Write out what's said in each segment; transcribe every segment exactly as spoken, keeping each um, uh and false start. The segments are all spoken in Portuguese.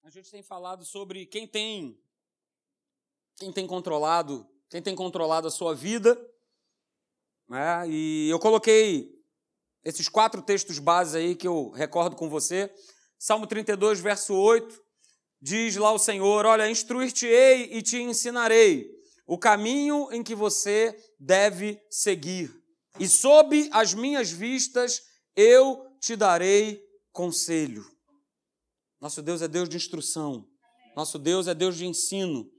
A gente tem falado sobre quem tem, quem tem controlado, quem tem controlado a sua vida, né? E eu coloquei esses quatro textos bases aí que eu recordo com você. Salmo trinta e dois, verso oito, diz lá o Senhor: olha, instruir-te-ei e te ensinarei o caminho em que você deve seguir, e sob as minhas vistas eu te darei conselho. Nosso Deus é Deus de instrução. Nosso Deus é Deus de ensino.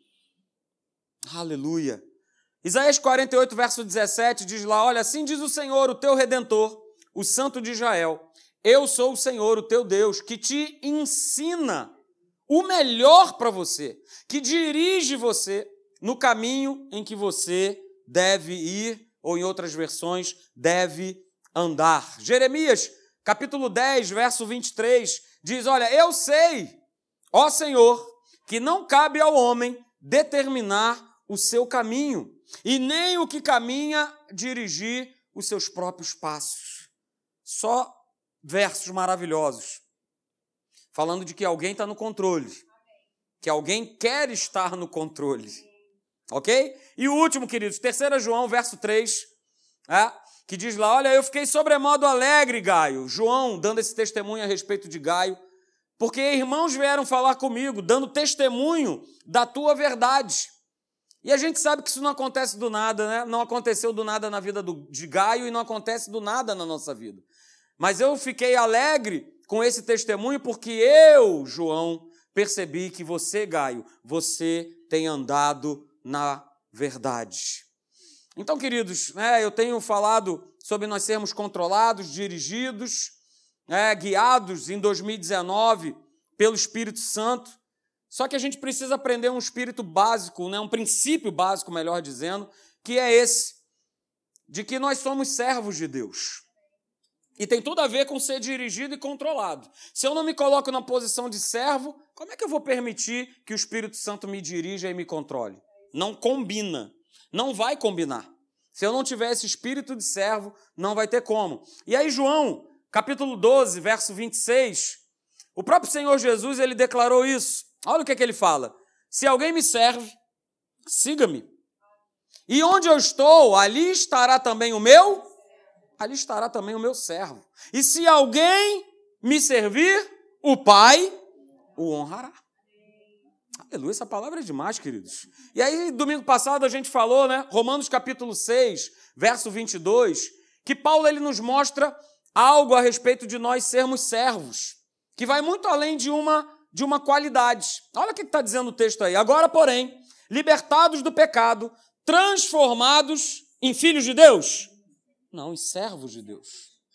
Aleluia. Isaías quarenta e oito, verso dezessete, diz lá: olha, assim diz o Senhor, o teu Redentor, o Santo de Israel: eu sou o Senhor, o teu Deus, que te ensina o melhor para você, que dirige você no caminho em que você deve ir, ou em outras versões, deve andar. Jeremias, capítulo dez, verso vinte e três, diz: olha, eu sei, ó Senhor, que não cabe ao homem determinar o seu caminho, e nem o que caminha dirigir os seus próprios passos. Só versos maravilhosos, falando de que alguém está no controle, que alguém quer estar no controle, ok? E o último, queridos, terceiro João, verso três, é, que diz lá: olha, eu fiquei sobremodo alegre, Gaio. João dando esse testemunho a respeito de Gaio, porque irmãos vieram falar comigo, dando testemunho da tua verdade. E a gente sabe que isso não acontece do nada, né? Não aconteceu do nada na vida do, de Gaio e não acontece do nada na nossa vida. Mas eu fiquei alegre com esse testemunho porque eu, João, percebi que você, Gaio, você tem andado na verdade. Então, queridos, né, eu tenho falado sobre nós sermos controlados, dirigidos, né, guiados em dois mil e dezenove pelo Espírito Santo. Só que a gente precisa aprender um espírito básico, né, um princípio básico, melhor dizendo, que é esse, de que nós somos servos de Deus. E tem tudo a ver com ser dirigido e controlado. Se eu não me coloco na posição de servo, como é que eu vou permitir que o Espírito Santo me dirija e me controle? Não combina. Não vai combinar. Se eu não tiver esse espírito de servo, não vai ter como. E aí, João, capítulo doze, verso vinte e seis, o próprio Senhor Jesus, ele declarou isso. Olha o que é que ele fala: se alguém me serve, siga-me. E onde eu estou, ali estará também o meu, ali estará também o meu servo. E se alguém me servir, o Pai o honrará. Aleluia, essa palavra é demais, queridos. E aí, domingo passado, a gente falou, né, Romanos capítulo seis, verso vinte e dois, que Paulo ele nos mostra algo a respeito de nós sermos servos, que vai muito além de uma, de uma qualidade. Olha o que está dizendo o texto aí. Agora, porém, libertados do pecado, transformados em filhos de Deus? Não, em servos de Deus.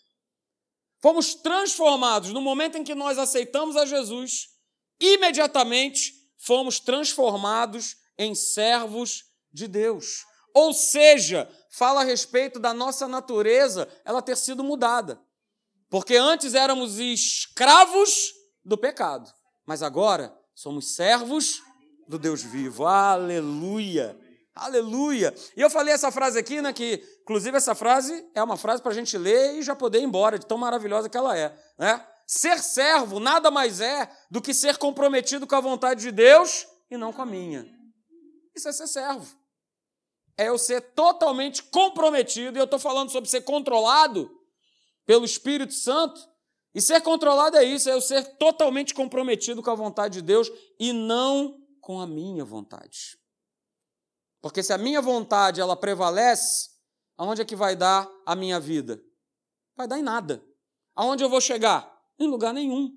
Fomos transformados no momento em que nós aceitamos a Jesus, imediatamente fomos transformados em servos de Deus. Ou seja, fala a respeito da nossa natureza ela ter sido mudada. Porque antes éramos escravos do pecado, mas agora somos servos do Deus vivo. Aleluia! Aleluia! E eu falei essa frase aqui, né, que inclusive essa frase é uma frase para a gente ler e já poder ir embora, de tão maravilhosa que ela é, né? Ser servo nada mais é do que ser comprometido com a vontade de Deus e não com a minha. Isso é ser servo. É eu ser totalmente comprometido, e eu estou falando sobre ser controlado pelo Espírito Santo, e ser controlado é isso, é eu ser totalmente comprometido com a vontade de Deus e não com a minha vontade. Porque se a minha vontade ela prevalece, aonde é que vai dar a minha vida? Vai dar em nada. Aonde eu vou chegar? Em lugar nenhum.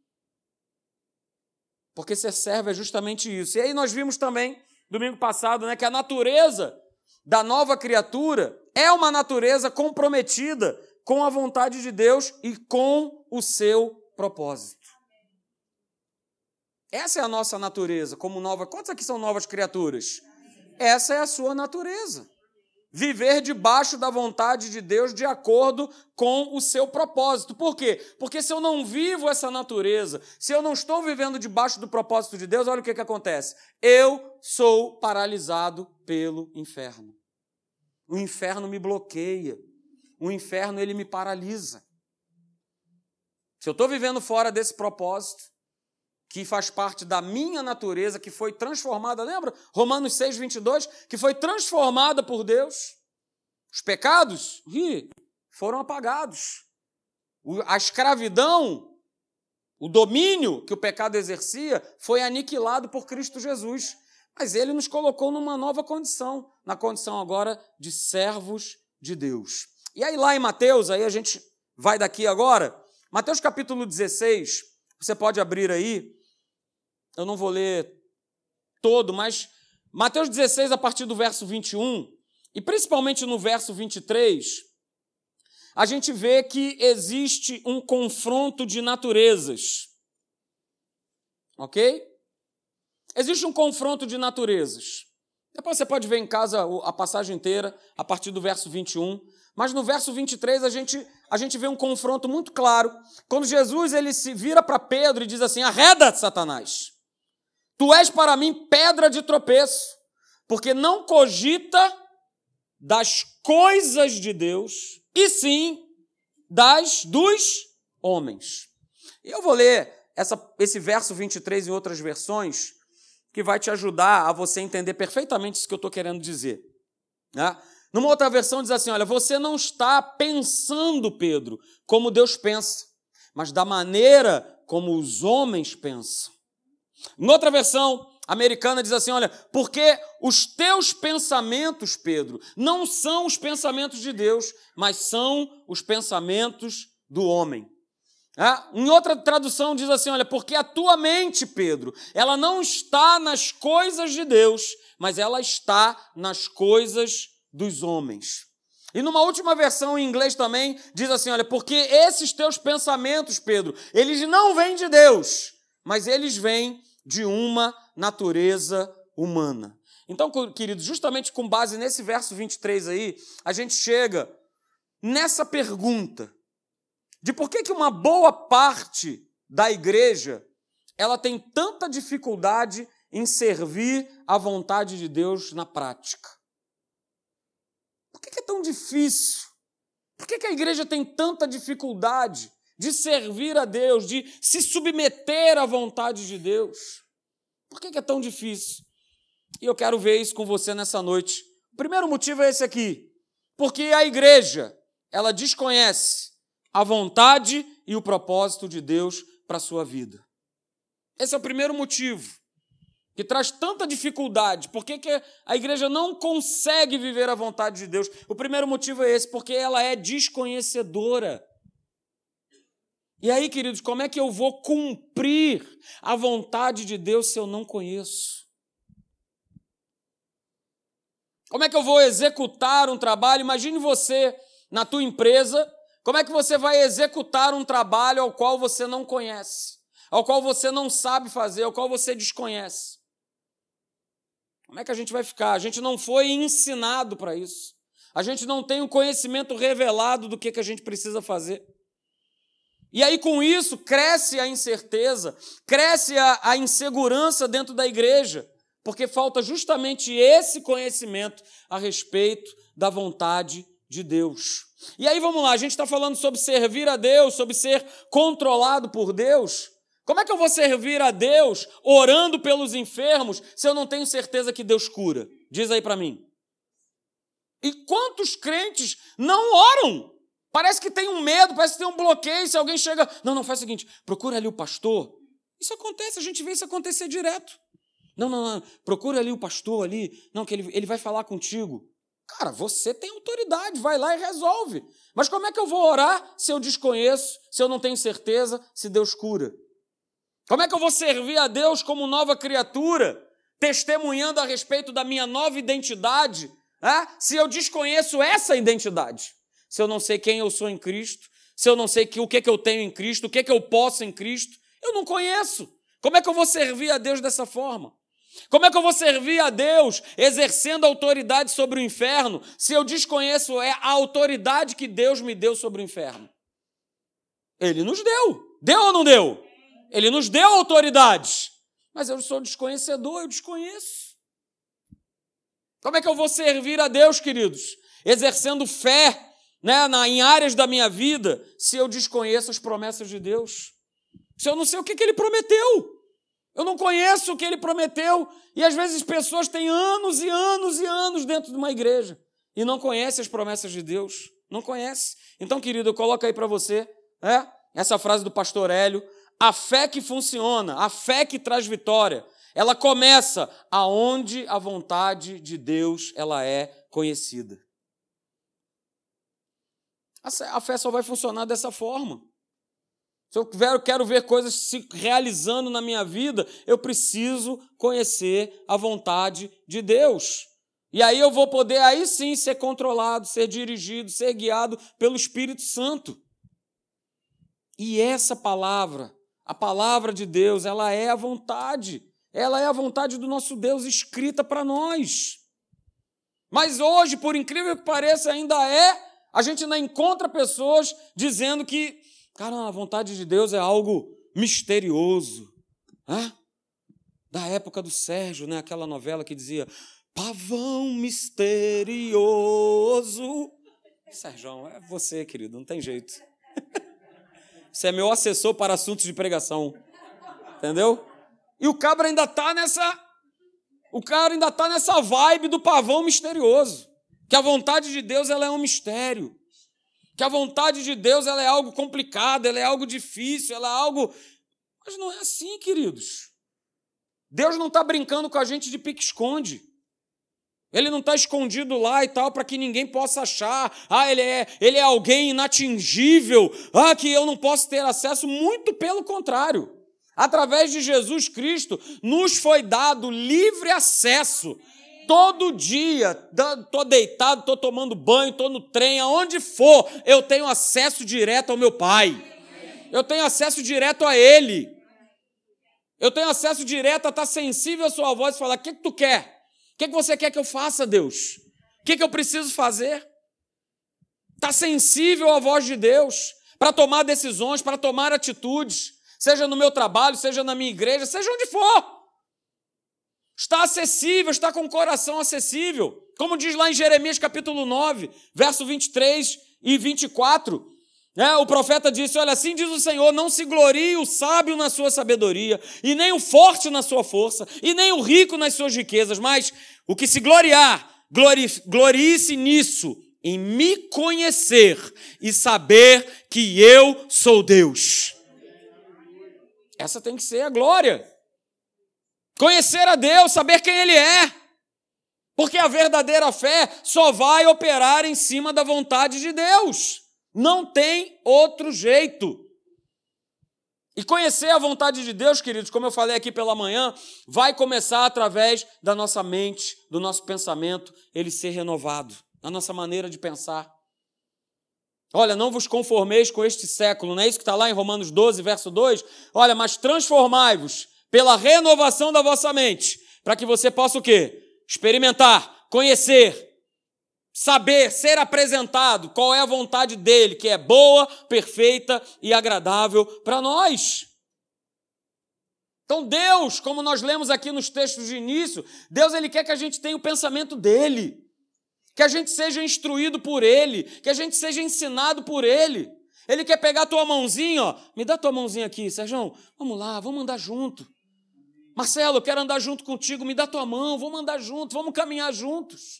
Porque ser servo é justamente isso. E aí nós vimos também, domingo passado, né, que a natureza da nova criatura é uma natureza comprometida com a vontade de Deus e com o seu propósito. Essa é a nossa natureza como nova... Quantos aqui são novas criaturas? Essa é a sua natureza. Viver debaixo da vontade de Deus de acordo com o seu propósito. Por quê? Porque se eu não vivo essa natureza, se eu não estou vivendo debaixo do propósito de Deus, olha o que, que acontece. Eu sou paralisado pelo inferno. O inferno me bloqueia. O inferno, ele me paralisa. Se eu estou vivendo fora desse propósito, que faz parte da minha natureza, que foi transformada, lembra? Romanos seis, vinte e dois, que foi transformada por Deus. Os pecados ih, foram apagados. A escravidão, o domínio que o pecado exercia, foi aniquilado por Cristo Jesus. Mas ele nos colocou numa nova condição, na condição agora de servos de Deus. E aí lá em Mateus, aí a gente vai daqui agora, Mateus capítulo dezesseis, você pode abrir aí, eu não vou ler todo, mas Mateus dezesseis, a partir do verso vinte e um, e principalmente no verso vinte e três, a gente vê que existe um confronto de naturezas. Ok? Existe um confronto de naturezas. Depois você pode ver em casa a passagem inteira, a partir do verso vinte e um, mas no verso vinte e três a gente, a gente vê um confronto muito claro, quando Jesus ele se vira para Pedro e diz assim: arreda, Satanás, tu és para mim pedra de tropeço, porque não cogita das coisas de Deus, e sim das dos homens. E eu vou ler essa, esse verso vinte e três em outras versões, que vai te ajudar a você entender perfeitamente isso que eu estou querendo dizer. Né? Numa outra versão diz assim, olha, você não está pensando, Pedro, como Deus pensa, mas da maneira como os homens pensam. Em outra versão americana diz assim, olha, porque os teus pensamentos, Pedro, não são os pensamentos de Deus, mas são os pensamentos do homem. É? Em outra tradução diz assim, olha, porque a tua mente, Pedro, ela não está nas coisas de Deus, mas ela está nas coisas dos homens. E numa última versão em inglês também diz assim, olha, porque esses teus pensamentos, Pedro, eles não vêm de Deus, mas eles vêm de uma natureza humana. Então, queridos, justamente com base nesse verso vinte e três aí, a gente chega nessa pergunta de por que que uma boa parte da igreja ela tem tanta dificuldade em servir à vontade de Deus na prática. Por que que é tão difícil? Por que que a igreja tem tanta dificuldade de servir a Deus, de se submeter à vontade de Deus? Por que que é tão difícil? E eu quero ver isso com você nessa noite. O primeiro motivo é esse aqui. Porque a igreja, ela desconhece a vontade e o propósito de Deus para a sua vida. Esse é o primeiro motivo que traz tanta dificuldade. Por que que a igreja não consegue viver a vontade de Deus? O primeiro motivo é esse, porque ela é desconhecedora. E aí, queridos, como é que eu vou cumprir a vontade de Deus se eu não conheço? Como é que eu vou executar um trabalho? Imagine você na tua empresa, como é que você vai executar um trabalho ao qual você não conhece, ao qual você não sabe fazer, ao qual você desconhece? Como é que a gente vai ficar? A gente não foi ensinado para isso. A gente não tem um conhecimento revelado do que, que a gente precisa fazer. E aí, com isso, cresce a incerteza, cresce a, a insegurança dentro da igreja, porque falta justamente esse conhecimento a respeito da vontade de Deus. E aí, vamos lá, a gente está falando sobre servir a Deus, sobre ser controlado por Deus. Como é que eu vou servir a Deus orando pelos enfermos se eu não tenho certeza que Deus cura? Diz aí para mim. E quantos crentes não oram? Parece que tem um medo, parece que tem um bloqueio. Se alguém chega... Não, não, faz o seguinte, procura ali o pastor. Isso acontece, a gente vê isso acontecer direto. Não, não, não, procura ali o pastor ali. Não, que ele, ele vai falar contigo. Cara, você tem autoridade, vai lá e resolve. Mas como é que eu vou orar se eu desconheço, se eu não tenho certeza se Deus cura? Como é que eu vou servir a Deus como nova criatura, testemunhando a respeito da minha nova identidade, é? se eu desconheço essa identidade? Se eu não sei quem eu sou em Cristo, se eu não sei o que, que eu tenho em Cristo, o que, que eu posso em Cristo, eu não conheço. Como é que eu vou servir a Deus dessa forma? Como é que eu vou servir a Deus exercendo autoridade sobre o inferno, se eu desconheço a autoridade que Deus me deu sobre o inferno? Ele nos deu. Deu ou não deu? Ele nos deu autoridade. Mas eu sou desconhecedor, eu desconheço. Como é que eu vou servir a Deus, queridos? Exercendo fé, né, na, em áreas da minha vida, se eu desconheço as promessas de Deus? Se eu não sei o que, que Ele prometeu? Eu não conheço o que ele prometeu. E às vezes pessoas têm anos e anos e anos dentro de uma igreja e não conhecem as promessas de Deus. Não conhece. Então, querido, eu coloco aí para você, né, essa frase do pastor Hélio: a fé que funciona, a fé que traz vitória, ela começa aonde a vontade de Deus ela é conhecida. A fé só vai funcionar dessa forma. Se eu quero ver coisas se realizando na minha vida, eu preciso conhecer a vontade de Deus. E aí eu vou poder, aí sim, ser controlado, ser dirigido, ser guiado pelo Espírito Santo. E essa palavra, a palavra de Deus, ela é a vontade. Ela é a vontade do nosso Deus escrita para nós. Mas hoje, por incrível que pareça, ainda é, a gente ainda encontra pessoas dizendo que, cara, a vontade de Deus é algo misterioso. Hã? Da época do Sérgio, né? Aquela novela que dizia Pavão misterioso. Sérgio, é você, querido, não tem jeito. Você é meu assessor para assuntos de pregação. Entendeu? E o cabra ainda está nessa... O cara ainda está nessa vibe do pavão misterioso. Que a vontade de Deus ela é um mistério. Que a vontade de Deus ela é algo complicado, ela é algo difícil, ela é algo... Mas não é assim, queridos. Deus não está brincando com a gente de pique-esconde. Ele não está escondido lá e tal para que ninguém possa achar. Ah, ele é, ele é alguém inatingível. Ah, que eu não posso ter acesso. Muito pelo contrário. Através de Jesus Cristo, nos foi dado livre acesso. Todo dia, estou deitado, estou tomando banho, estou no trem, aonde for, eu tenho acesso direto ao meu Pai. Eu tenho acesso direto a Ele. Eu tenho acesso direto a estar sensível à sua voz e falar, o que, que tu quer? O que, que você quer que eu faça, Deus? O que, que eu preciso fazer? Estar sensível à voz de Deus para tomar decisões, para tomar atitudes, seja no meu trabalho, seja na minha igreja, seja onde for. Está acessível, está com o coração acessível. Como diz lá em Jeremias capítulo nove, verso vinte e três e vinte e quatro, né? O profeta disse, olha, assim diz o Senhor, não se glorie o sábio na sua sabedoria, e nem o forte na sua força, e nem o rico nas suas riquezas, mas o que se gloriar, glorie-se nisso, em me conhecer e saber que eu sou Deus. Essa tem que ser a glória. Conhecer a Deus, saber quem Ele é. Porque a verdadeira fé só vai operar em cima da vontade de Deus. Não tem outro jeito. E conhecer a vontade de Deus, queridos, como eu falei aqui pela manhã, vai começar através da nossa mente, do nosso pensamento, ele ser renovado, a nossa maneira de pensar. Olha, não vos conformeis com este século, não é isso que está lá em Romanos doze, verso dois? Olha, mas transformai-vos pela renovação da vossa mente, para que você possa o quê? Experimentar, conhecer, saber, ser apresentado qual é a vontade dele, que é boa, perfeita e agradável para nós. Então Deus, como nós lemos aqui nos textos de início, Deus ele quer que a gente tenha o pensamento dele, que a gente seja instruído por ele, que a gente seja ensinado por ele. Ele quer pegar a tua mãozinha, ó, me dá a tua mãozinha aqui, Sérgio, vamos lá, vamos andar junto. Marcelo, eu quero andar junto contigo, me dá tua mão, vamos andar juntos, vamos caminhar juntos.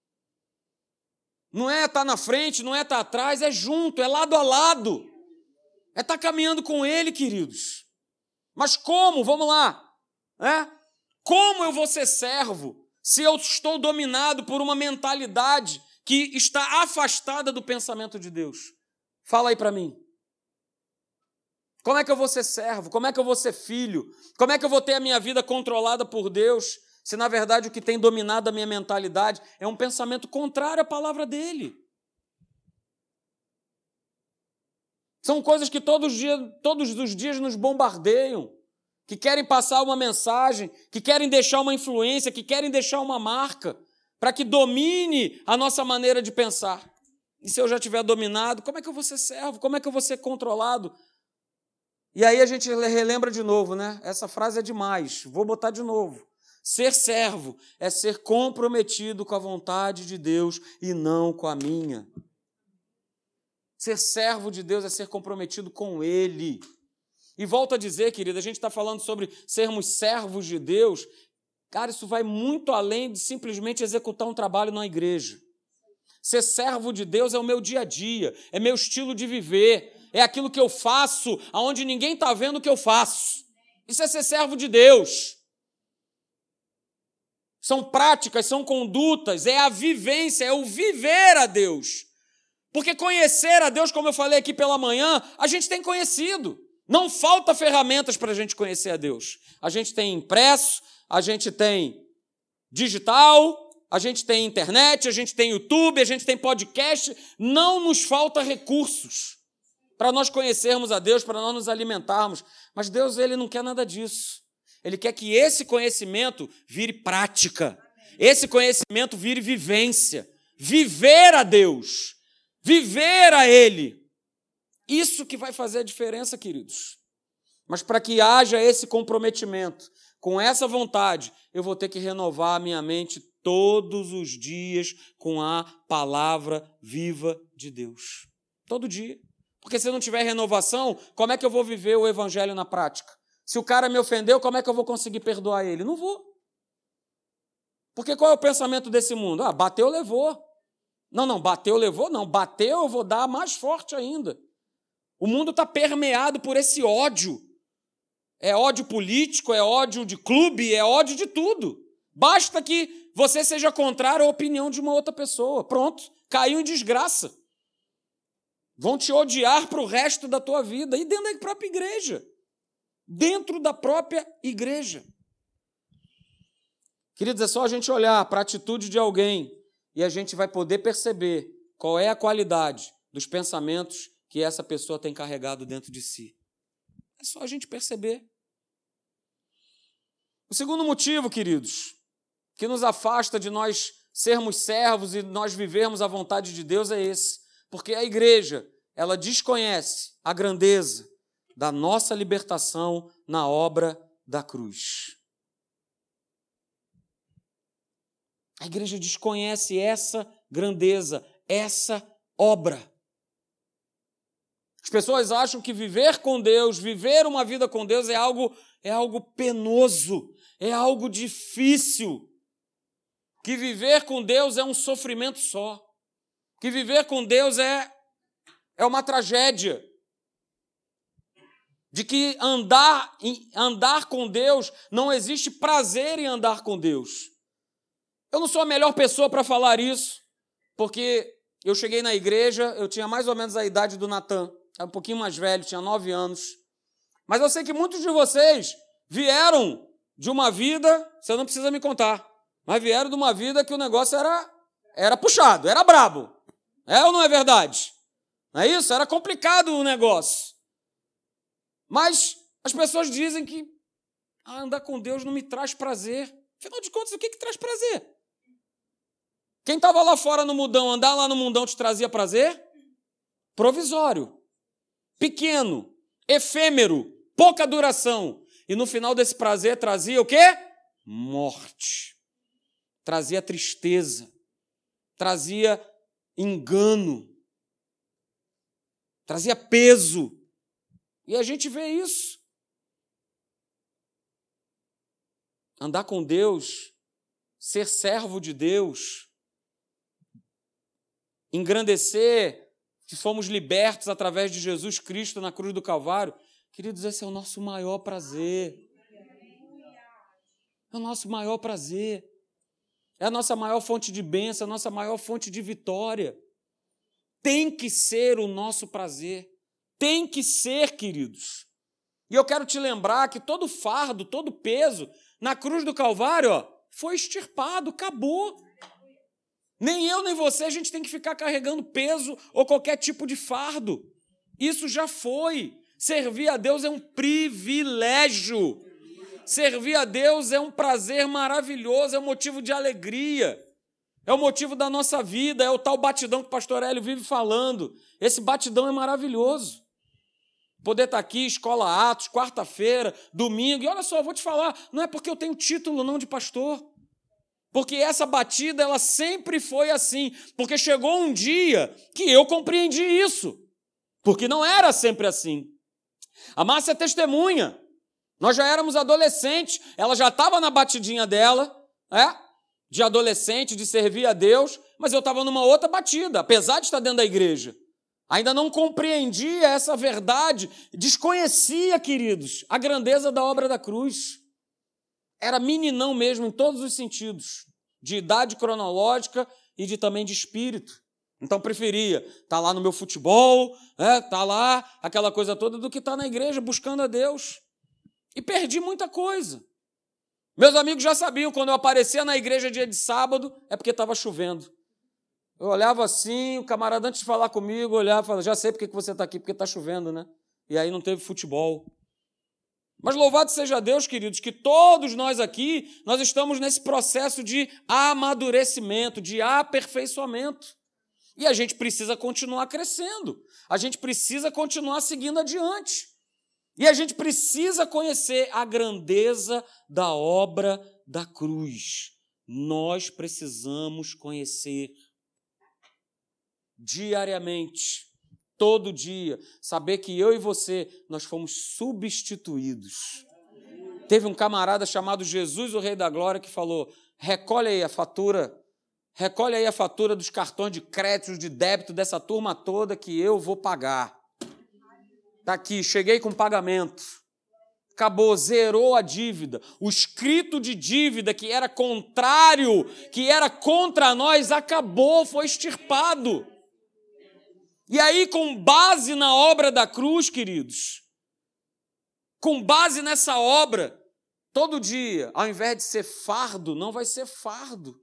Não é estar na frente, não é estar atrás, é junto, é lado a lado. É estar caminhando com Ele, queridos. Mas como? Vamos lá. É? Como eu vou ser servo se eu estou dominado por uma mentalidade que está afastada do pensamento de Deus? Fala aí para mim. Como é que eu vou ser servo? Como é que eu vou ser filho? Como é que eu vou ter a minha vida controlada por Deus, se na verdade o que tem dominado a minha mentalidade é um pensamento contrário à palavra dele? São coisas que todos os dias, todos os dias nos bombardeiam, que querem passar uma mensagem, que querem deixar uma influência, que querem deixar uma marca, para que domine a nossa maneira de pensar. E se eu já tiver dominado, como é que eu vou ser servo? Como é que eu vou ser controlado? E aí a gente relembra de novo, né? Essa frase é demais, vou botar de novo. Ser servo é ser comprometido com a vontade de Deus e não com a minha. Ser servo de Deus é ser comprometido com Ele. E volto a dizer, querida, a gente está falando sobre sermos servos de Deus. Cara, isso vai muito além de simplesmente executar um trabalho na igreja. Ser servo de Deus é o meu dia a dia, é meu estilo de viver, é aquilo que eu faço, aonde ninguém está vendo o que eu faço. Isso é ser servo de Deus. São práticas, são condutas, é a vivência, é o viver a Deus. Porque conhecer a Deus, como eu falei aqui pela manhã, a gente tem conhecido. Não falta ferramentas para a gente conhecer a Deus. A gente tem impresso, a gente tem digital, a gente tem internet, a gente tem YouTube, a gente tem podcast. Não nos falta recursos para nós conhecermos a Deus, para nós nos alimentarmos. Mas Deus, Ele não quer nada disso. Ele quer que esse conhecimento vire prática. Esse conhecimento vire vivência. Viver a Deus. Viver a Ele. Isso que vai fazer a diferença, queridos. Mas para que haja esse comprometimento, com essa vontade, eu vou ter que renovar a minha mente todos os dias com a palavra viva de Deus. Todo dia. Porque se eu não tiver renovação, como é que eu vou viver o evangelho na prática? Se o cara me ofendeu, como é que eu vou conseguir perdoar ele? Não vou. Porque qual é o pensamento desse mundo? Ah, bateu, levou. Não, não, bateu, levou, não. Bateu, eu vou dar mais forte ainda. O mundo está permeado por esse ódio. É ódio político, é ódio de clube, é ódio de tudo. Basta que você seja contrário à opinião de uma outra pessoa. Pronto, caiu em desgraça. Vão te odiar para o resto da tua vida. E dentro da própria igreja. Dentro da própria igreja. Queridos, é só a gente olhar para a atitude de alguém e a gente vai poder perceber qual é a qualidade dos pensamentos que essa pessoa tem carregado dentro de si. É só a gente perceber. O segundo motivo, queridos, que nos afasta de nós sermos servos e nós vivermos a vontade de Deus é esse. Porque a igreja, ela desconhece a grandeza da nossa libertação na obra da cruz. A igreja desconhece essa grandeza, essa obra. As pessoas acham que viver com Deus, viver uma vida com Deus é algo, é algo penoso, é algo difícil. Que viver com Deus é um sofrimento só. Que viver com Deus é, é uma tragédia. De que andar, andar com Deus, não existe prazer em andar com Deus. Eu não sou a melhor pessoa para falar isso, porque eu cheguei na igreja, eu tinha mais ou menos a idade do Natan, era um pouquinho mais velho, tinha nove anos. Mas eu sei que muitos de vocês vieram de uma vida, você não precisa me contar, mas vieram de uma vida que o negócio era, era puxado, era brabo. É ou não é verdade? Não é isso? Era complicado o negócio. Mas as pessoas dizem que ah, andar com Deus não me traz prazer. Afinal de contas, o que, que traz prazer? Quem estava lá fora no mundão, andar lá no mundão te trazia prazer? Provisório, pequeno, efêmero, pouca duração. E no final desse prazer trazia o quê? Morte. Trazia tristeza. Trazia engano. Trazia peso. E a gente vê isso. Andar com Deus, ser servo de Deus, engrandecer que fomos libertos através de Jesus Cristo na cruz do Calvário. Queridos, esse é o nosso maior prazer. É o nosso maior prazer. É a nossa maior fonte de bênção, a nossa maior fonte de vitória. Tem que ser o nosso prazer. Tem que ser, queridos. E eu quero te lembrar que todo fardo, todo peso, na cruz do Calvário, ó, foi extirpado, acabou. Nem eu, nem você, a gente tem que ficar carregando peso ou qualquer tipo de fardo. Isso já foi. Servir a Deus é um privilégio. Servir a Deus é um prazer maravilhoso, é um motivo de alegria. É o motivo da nossa vida, é o tal batidão que o pastor Hélio vive falando. Esse batidão é maravilhoso. Poder estar aqui, Escola Atos, quarta-feira, domingo. E olha só, eu vou te falar, não é porque eu tenho título não de pastor. Porque essa batida, ela sempre foi assim. Porque chegou um dia que eu compreendi isso. Porque não era sempre assim. A Márcia é testemunha. Nós já éramos adolescentes, ela já estava na batidinha dela, é? De adolescente, de servir a Deus, mas eu estava numa outra batida, apesar de estar dentro da igreja. Ainda não compreendia essa verdade, desconhecia, queridos, a grandeza da obra da cruz. Era meninão mesmo em todos os sentidos, de idade cronológica e de também de espírito. Então preferia estar lá no meu futebol, é, estar lá, aquela coisa toda, do que estar na igreja buscando a Deus. E perdi muita coisa. Meus amigos já sabiam, quando eu aparecia na igreja dia de sábado, é porque estava chovendo. Eu olhava assim, o camarada, antes de falar comigo, olhava e falava, já sei por que você está aqui, porque está chovendo, né? E aí não teve futebol. Mas louvado seja Deus, queridos, que todos nós aqui, nós estamos nesse processo de amadurecimento, de aperfeiçoamento. E a gente precisa continuar crescendo. A gente precisa continuar seguindo adiante. E a gente precisa conhecer a grandeza da obra da cruz. Nós precisamos conhecer diariamente, todo dia, saber que eu e você, nós fomos substituídos. Teve um camarada chamado Jesus, o Rei da Glória, que falou, recolhe aí a fatura, recolhe aí a fatura dos cartões de crédito, de débito dessa turma toda que eu vou pagar. Está aqui, cheguei com pagamento. Acabou, zerou a dívida. O escrito de dívida que era contrário, que era contra nós, acabou, foi extirpado. E aí, com base na obra da cruz, queridos, com base nessa obra, todo dia, ao invés de ser fardo, não vai ser fardo.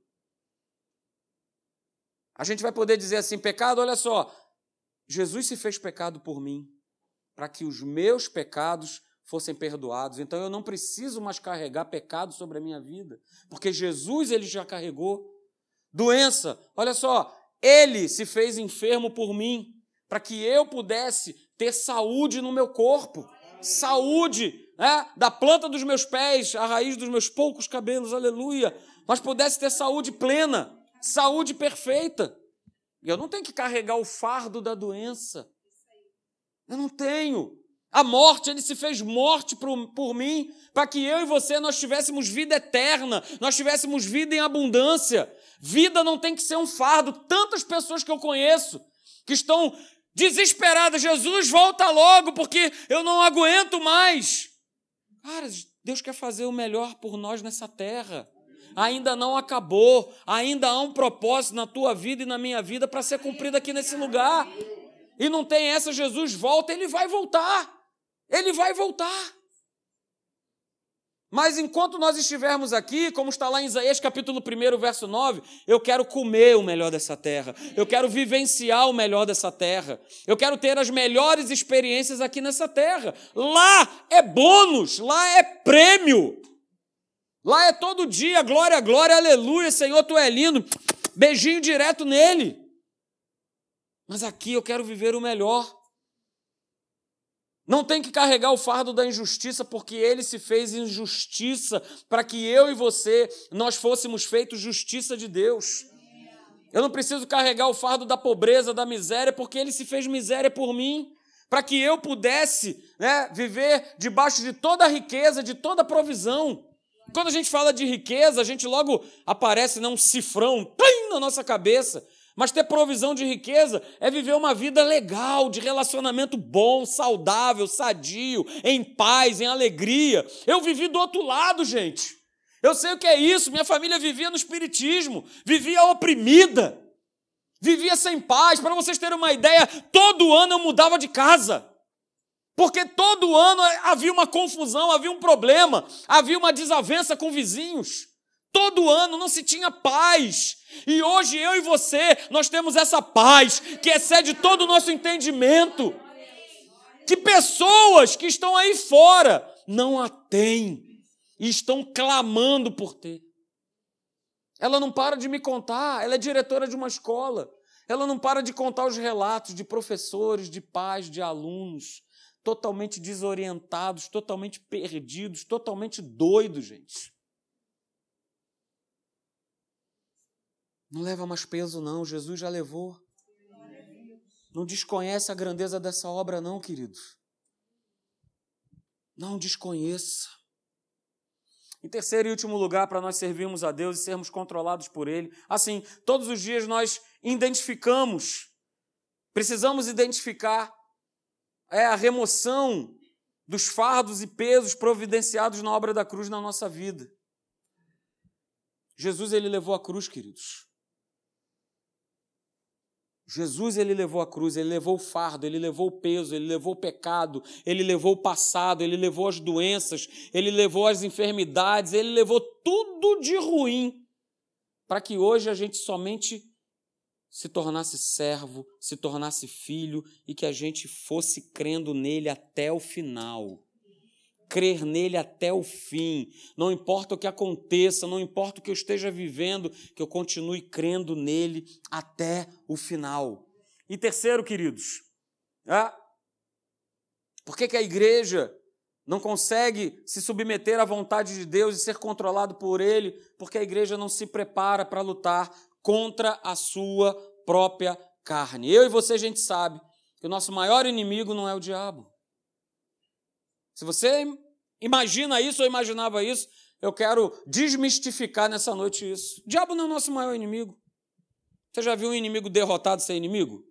A gente vai poder dizer assim, pecado, olha só, Jesus se fez pecado por mim, para que os meus pecados fossem perdoados. Então eu não preciso mais carregar pecado sobre a minha vida, porque Jesus ele já carregou. Doença, olha só, ele se fez enfermo por mim, para que eu pudesse ter saúde no meu corpo, saúde, né, da planta dos meus pés, a raiz dos meus poucos cabelos, aleluia, mas pudesse ter saúde plena, saúde perfeita. E eu não tenho que carregar o fardo da doença. Eu não tenho. A morte, ele se fez morte por, por mim, para que eu e você, nós tivéssemos vida eterna, nós tivéssemos vida em abundância. Vida não tem que ser um fardo. Tantas pessoas que eu conheço, que estão desesperadas, Jesus, volta logo, porque eu não aguento mais. Cara, Deus quer fazer o melhor por nós nessa terra. Ainda não acabou, ainda há um propósito na tua vida e na minha vida para ser cumprido aqui nesse lugar. E não tem essa, Jesus volta, ele vai voltar. Ele vai voltar. Mas enquanto nós estivermos aqui, como está lá em Isaías capítulo um, verso nove, eu quero comer o melhor dessa terra. Eu quero vivenciar o melhor dessa terra. Eu quero ter as melhores experiências aqui nessa terra. Lá é bônus, lá é prêmio. Lá é todo dia, glória, glória, aleluia, Senhor, tu é lindo. Beijinho direto nele. Mas aqui eu quero viver o melhor. Não tem que carregar o fardo da injustiça, porque ele se fez injustiça para que eu e você, nós fôssemos feitos justiça de Deus. Eu não preciso carregar o fardo da pobreza, da miséria, porque ele se fez miséria por mim, para que eu pudesse, né, viver debaixo de toda a riqueza, de toda a provisão. Quando a gente fala de riqueza, a gente logo aparece, né, um cifrão plim, na nossa cabeça. Mas ter provisão de riqueza é viver uma vida legal, de relacionamento bom, saudável, sadio, em paz, em alegria. Eu vivi do outro lado, gente. Eu sei o que é isso. Minha família vivia no espiritismo, vivia oprimida, vivia sem paz. Para vocês terem uma ideia, todo ano eu mudava de casa. Porque todo ano havia uma confusão, havia um problema, havia uma desavença com vizinhos. Todo ano não se tinha paz. E hoje eu e você, nós temos essa paz que excede todo o nosso entendimento. Que pessoas que estão aí fora não a têm e estão clamando por ter. Ela não para de me contar, ela é diretora de uma escola. Ela não para de contar os relatos de professores, de pais, de alunos, totalmente desorientados, totalmente perdidos, totalmente doidos, gente. Não leva mais peso, não. Jesus já levou. Não desconhece a grandeza dessa obra, não, querido. Não desconheça. Em terceiro e último lugar, para nós servirmos a Deus e sermos controlados por Ele. Assim, todos os dias nós identificamos, precisamos identificar é, a remoção dos fardos e pesos providenciados na obra da cruz na nossa vida. Jesus, ele levou a cruz, queridos. Jesus, ele levou a cruz, ele levou o fardo, ele levou o peso, ele levou o pecado, ele levou o passado, ele levou as doenças, ele levou as enfermidades, ele levou tudo de ruim para que hoje a gente somente se tornasse servo, se tornasse filho e que a gente fosse crendo nele até o final. Crer nele até o fim. Não importa o que aconteça, não importa o que eu esteja vivendo, que eu continue crendo nele até o final. E terceiro, queridos, é, por que que a igreja não consegue se submeter à vontade de Deus e ser controlado por ele? Porque a igreja não se prepara para lutar contra a sua própria carne. Eu e você, a gente sabe que o nosso maior inimigo não é o diabo. Se você imagina isso ou imaginava isso, eu quero desmistificar nessa noite isso. O diabo não é o nosso maior inimigo. Você já viu um inimigo derrotado ser inimigo?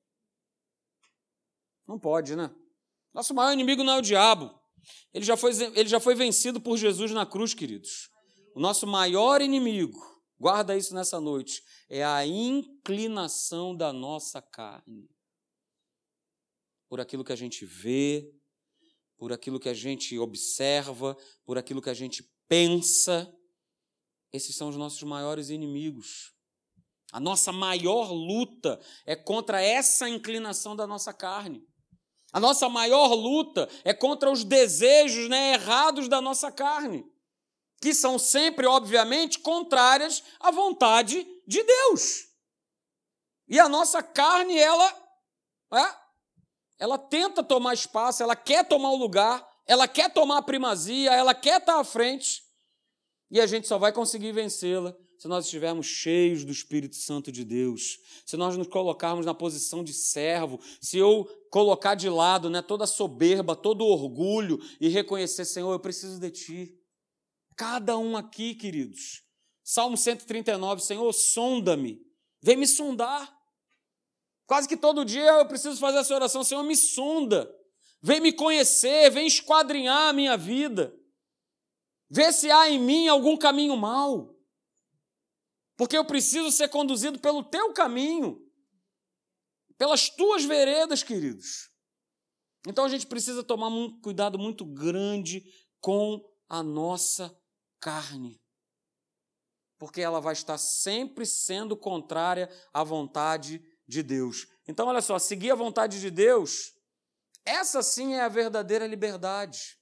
Não pode, né? Nosso maior inimigo não é o diabo. Ele já foi, ele já foi vencido por Jesus na cruz, queridos. O nosso maior inimigo, guarda isso nessa noite, é a inclinação da nossa carne. Por aquilo que a gente vê, por aquilo que a gente observa, por aquilo que a gente pensa. Esses são os nossos maiores inimigos. A nossa maior luta é contra essa inclinação da nossa carne. A nossa maior luta é contra os desejos, né, errados da nossa carne, que são sempre, obviamente, contrárias à vontade de Deus. E a nossa carne, ela... É, Ela tenta tomar espaço, ela quer tomar o lugar, ela quer tomar a primazia, ela quer estar à frente. E a gente só vai conseguir vencê-la se nós estivermos cheios do Espírito Santo de Deus, se nós nos colocarmos na posição de servo, se eu colocar de lado, né, toda a soberba, todo o orgulho e reconhecer, Senhor, eu preciso de Ti. Cada um aqui, queridos. Salmo cento e trinta e nove, Senhor, sonda-me, vem me sondar. Quase que todo dia eu preciso fazer essa oração, Senhor, me sonda, vem me conhecer, vem esquadrinhar a minha vida, vê se há em mim algum caminho mau, porque eu preciso ser conduzido pelo Teu caminho, pelas Tuas veredas, queridos. Então a gente precisa tomar um cuidado muito grande com a nossa carne, porque ela vai estar sempre sendo contrária à vontade de Deus. Então, olha só, seguir a vontade de Deus, essa sim é a verdadeira liberdade.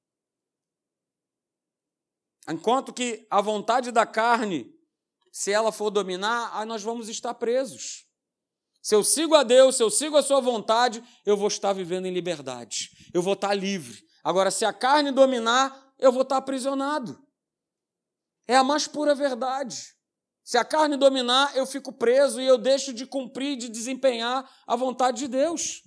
Enquanto que a vontade da carne, se ela for dominar, aí nós vamos estar presos. Se eu sigo a Deus, se eu sigo a sua vontade, eu vou estar vivendo em liberdade. Eu vou estar livre. Agora, se a carne dominar, eu vou estar aprisionado. É a mais pura verdade. Se a carne dominar, eu fico preso e eu deixo de cumprir, de desempenhar a vontade de Deus.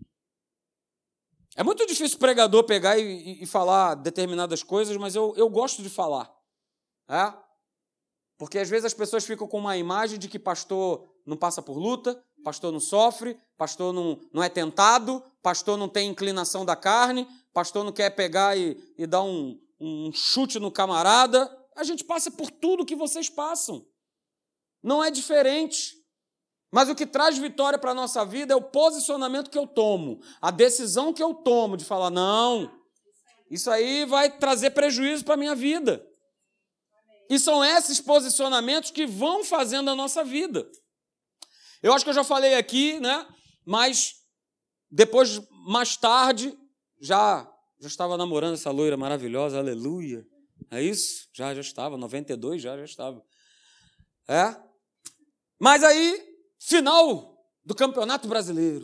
É muito difícil o pregador pegar e, e falar determinadas coisas, mas eu, eu gosto de falar. É? Porque às vezes as pessoas ficam com uma imagem de que pastor não passa por luta, pastor não sofre, pastor não, não é tentado, pastor não tem inclinação da carne, pastor não quer pegar e, e dar um, um chute no camarada. A gente passa por tudo que vocês passam. Não é diferente. Mas o que traz vitória para a nossa vida é o posicionamento que eu tomo, a decisão que eu tomo de falar, não, isso aí vai trazer prejuízo para a minha vida. E são esses posicionamentos que vão fazendo a nossa vida. Eu acho que eu já falei aqui, né? Mas depois, mais tarde, já, já estava namorando essa loira maravilhosa, aleluia. É isso? Já, já estava, noventa e dois já, já estava. É? Mas aí, final do Campeonato Brasileiro.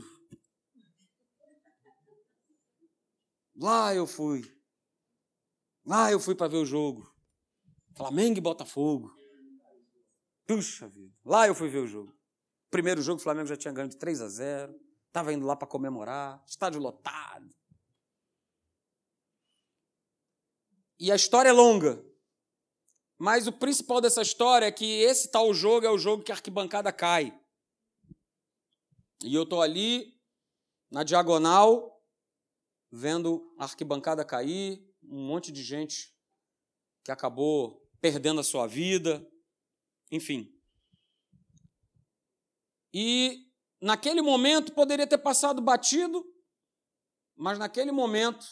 Lá eu fui. Lá eu fui para ver o jogo. Flamengo e Botafogo. Puxa vida. Lá eu fui ver o jogo. Primeiro jogo, o Flamengo já tinha ganho de três a zero. Estava indo lá para comemorar. Estádio lotado. E a história é longa. Mas o principal dessa história é que esse tal jogo é o jogo que a arquibancada cai. E eu estou ali, na diagonal, vendo a arquibancada cair, um monte de gente que acabou perdendo a sua vida, enfim. E naquele momento poderia ter passado batido, mas naquele momento,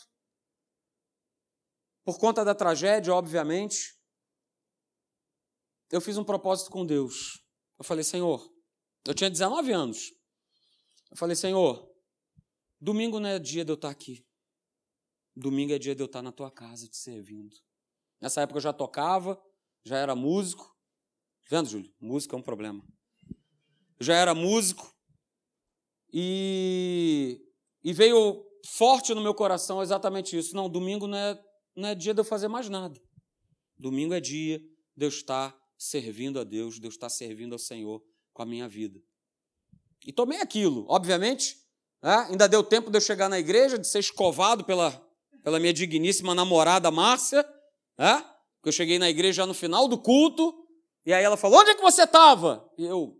por conta da tragédia, obviamente, eu fiz um propósito com Deus. Eu falei, Senhor, eu tinha dezenove anos. Eu falei, Senhor, domingo não é dia de eu estar aqui. Domingo é dia de eu estar na tua casa te servindo. Nessa época eu já tocava, já era músico. Vendo, Júlio? Música é um problema. Eu já era músico e, e veio forte no meu coração exatamente isso. Não, domingo não é, não é dia de eu fazer mais nada. Domingo é dia de eu estar servindo a Deus, de eu estar servindo ao Senhor com a minha vida. E tomei aquilo, obviamente, né? Ainda deu tempo de eu chegar na igreja, de ser escovado pela, pela minha digníssima namorada Márcia, né? Eu cheguei na igreja já no final do culto, e aí ela falou, onde é que você estava? E eu...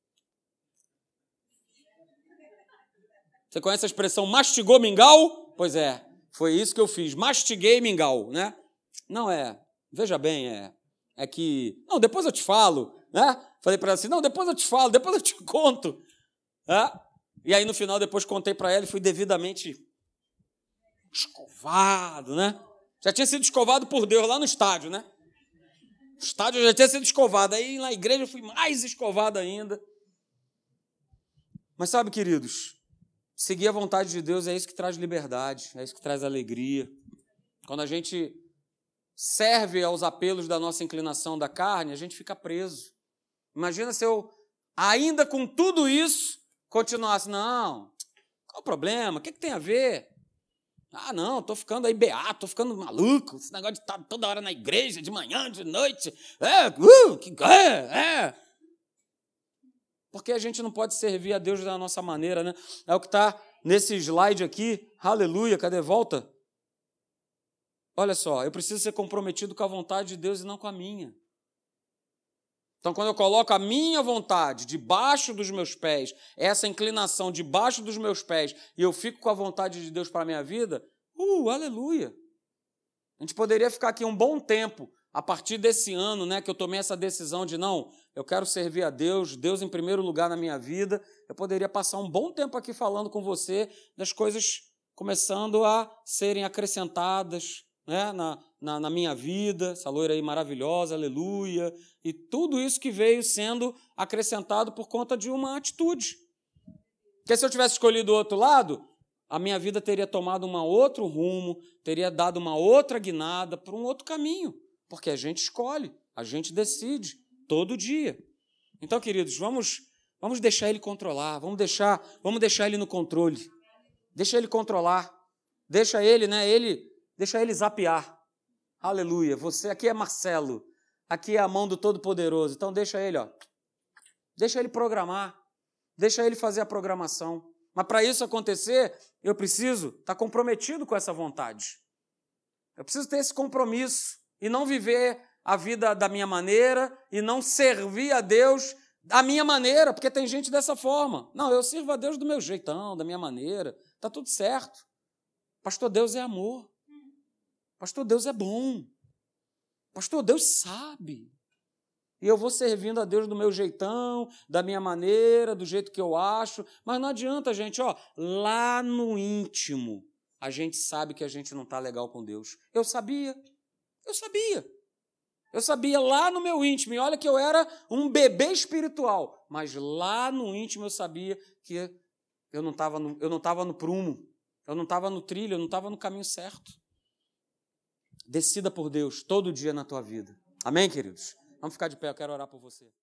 Você conhece a expressão mastigou mingau? Pois é, foi isso que eu fiz, mastiguei mingau, né? Não é, veja bem, é, é que... Não, depois eu te falo, né? Falei para ela assim, não, depois eu te falo, depois eu te conto. É? E aí, no final, depois contei para ela e fui devidamente escovado, né? Já tinha sido escovado por Deus lá no estádio, né? O estádio já tinha sido escovado. Aí, na igreja, eu fui mais escovado ainda. Mas sabe, queridos, seguir a vontade de Deus é isso que traz liberdade, é isso que traz alegria. Quando a gente serve aos apelos da nossa inclinação da carne, a gente fica preso. Imagina se eu, ainda com tudo isso, continuasse, não, qual o problema? O que, que tem a ver? Ah, não, estou ficando aí beato, estou ficando maluco, esse negócio de estar toda hora na igreja, de manhã, de noite, é, uh, que é, é. Porque a gente não pode servir a Deus da nossa maneira, né? É o que está nesse slide aqui, aleluia, cadê? Volta. Olha só, eu preciso ser comprometido com a vontade de Deus e não com a minha. Então, quando eu coloco a minha vontade debaixo dos meus pés, essa inclinação debaixo dos meus pés, e eu fico com a vontade de Deus para a minha vida, uh, aleluia! A gente poderia ficar aqui um bom tempo, a partir desse ano, né, que eu tomei essa decisão de, não, eu quero servir a Deus, Deus em primeiro lugar na minha vida, eu poderia passar um bom tempo aqui falando com você das coisas começando a serem acrescentadas, né, na, na, na minha vida, essa loira aí maravilhosa, aleluia, e tudo isso que veio sendo acrescentado por conta de uma atitude. Porque se eu tivesse escolhido o outro lado, a minha vida teria tomado um outro rumo, teria dado uma outra guinada para um outro caminho, porque a gente escolhe, a gente decide, todo dia. Então, queridos, vamos, vamos deixar Ele controlar, vamos deixar, vamos deixar Ele no controle, deixa Ele controlar, deixa Ele, né, Ele... Deixa ele zapear. Aleluia. Você, aqui é Marcelo. Aqui é a mão do Todo-Poderoso. Então deixa ele, ó. Deixa ele programar. Deixa ele fazer a programação. Mas para isso acontecer, eu preciso estar comprometido com essa vontade. Eu preciso ter esse compromisso e não viver a vida da minha maneira e não servir a Deus da minha maneira, porque tem gente dessa forma. Não, eu sirvo a Deus do meu jeitão, da minha maneira. Está tudo certo. Pastor, Deus é amor. Pastor, Deus é bom. Pastor, Deus sabe. E eu vou servindo a Deus do meu jeitão, da minha maneira, do jeito que eu acho. Mas não adianta, gente, ó, lá no íntimo, a gente sabe que a gente não está legal com Deus. Eu sabia, eu sabia. Eu sabia lá no meu íntimo. E olha que eu era um bebê espiritual. Mas lá no íntimo eu sabia que eu não estava no, eu não estava no prumo. Eu não estava no trilho, eu não estava no caminho certo. Decida por Deus todo dia na tua vida. Amém, queridos? Vamos ficar de pé, eu quero orar por você.